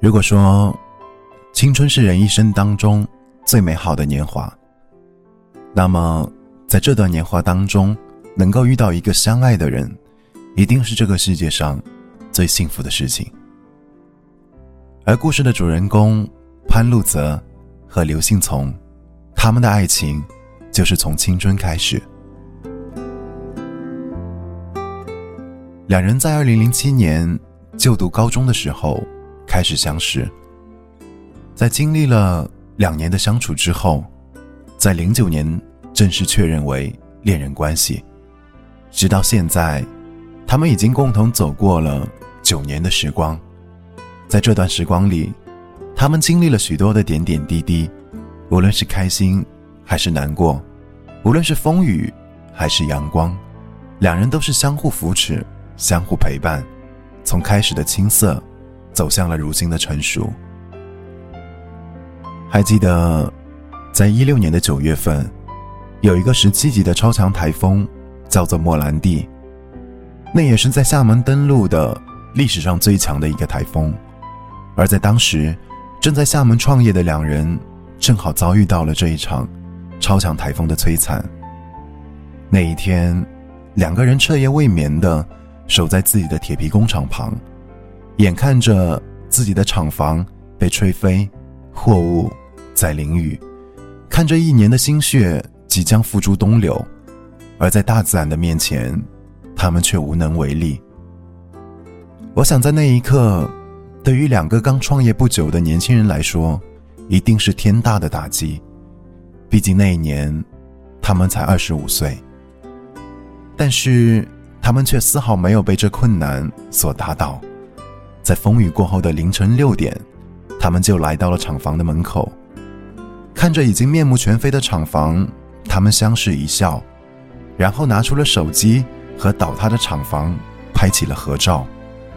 如果说青春是人一生当中最美好的年华，那么在这段年华当中能够遇到一个相爱的人，一定是这个世界上最幸福的事情。而故事的主人公潘路泽和刘信从，他们的爱情就是从青春开始。两人在2007年就读高中的时候开始相识，在经历了2年的相处之后，在09年正式确认为恋人关系。直到现在，他们已经共同走过了9年的时光。在这段时光里，他们经历了许多的点点滴滴，无论是开心还是难过，无论是风雨还是阳光，两人都是相互扶持，相互陪伴，从开始的青涩走向了如今的成熟。还记得在16年的9月份，有一个17级的超强台风叫做莫兰蒂，那也是在厦门登陆的历史上最强的一个台风。而在当时正在厦门创业的两人正好遭遇到了这一场超强台风的摧残。那一天，两个人彻夜未眠地守在自己的铁皮工厂旁，眼看着自己的厂房被吹飞，货物在淋雨，看着1年的心血即将付诸东流，而在大自然的面前，他们却无能为力。我想在那一刻，对于2个刚创业不久的年轻人来说，一定是天大的打击。毕竟那一年他们才25岁，但是他们却丝毫没有被这困难所打倒。在风雨过后的凌晨6点，他们就来到了厂房的门口，看着已经面目全非的厂房，他们相视一笑，然后拿出了手机和倒塌的厂房拍起了合照。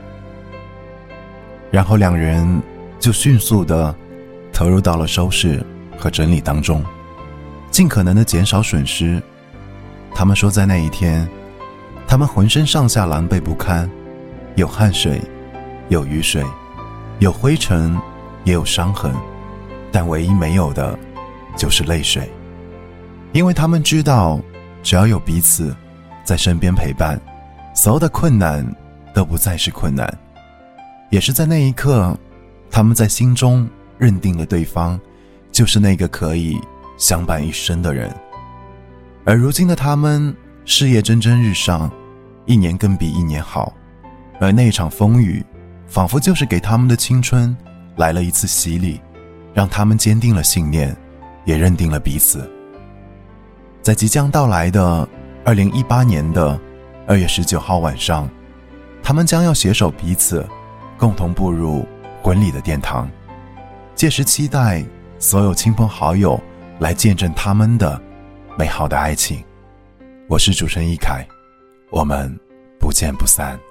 然后两人就迅速地投入到了收拾和整理当中，尽可能地减少损失。他们说在那一天，他们浑身上下狼狈不堪，有汗水，有雨水，有灰尘，也有伤痕，但唯一没有的就是泪水。因为他们知道，只要有彼此在身边陪伴，所有的困难都不再是困难。也是在那一刻，他们在心中认定了对方就是那个可以相伴一生的人。而如今的他们事业蒸蒸日上，1年更比1年好，而那场风雨仿佛就是给他们的青春来了一次洗礼，让他们坚定了信念，也认定了彼此。在即将到来的2018年的2月19号晚上，他们将要携手彼此共同步入婚礼的殿堂，届时期待所有亲朋好友来见证他们的美好的爱情。我是主持人一凯，我们不见不散。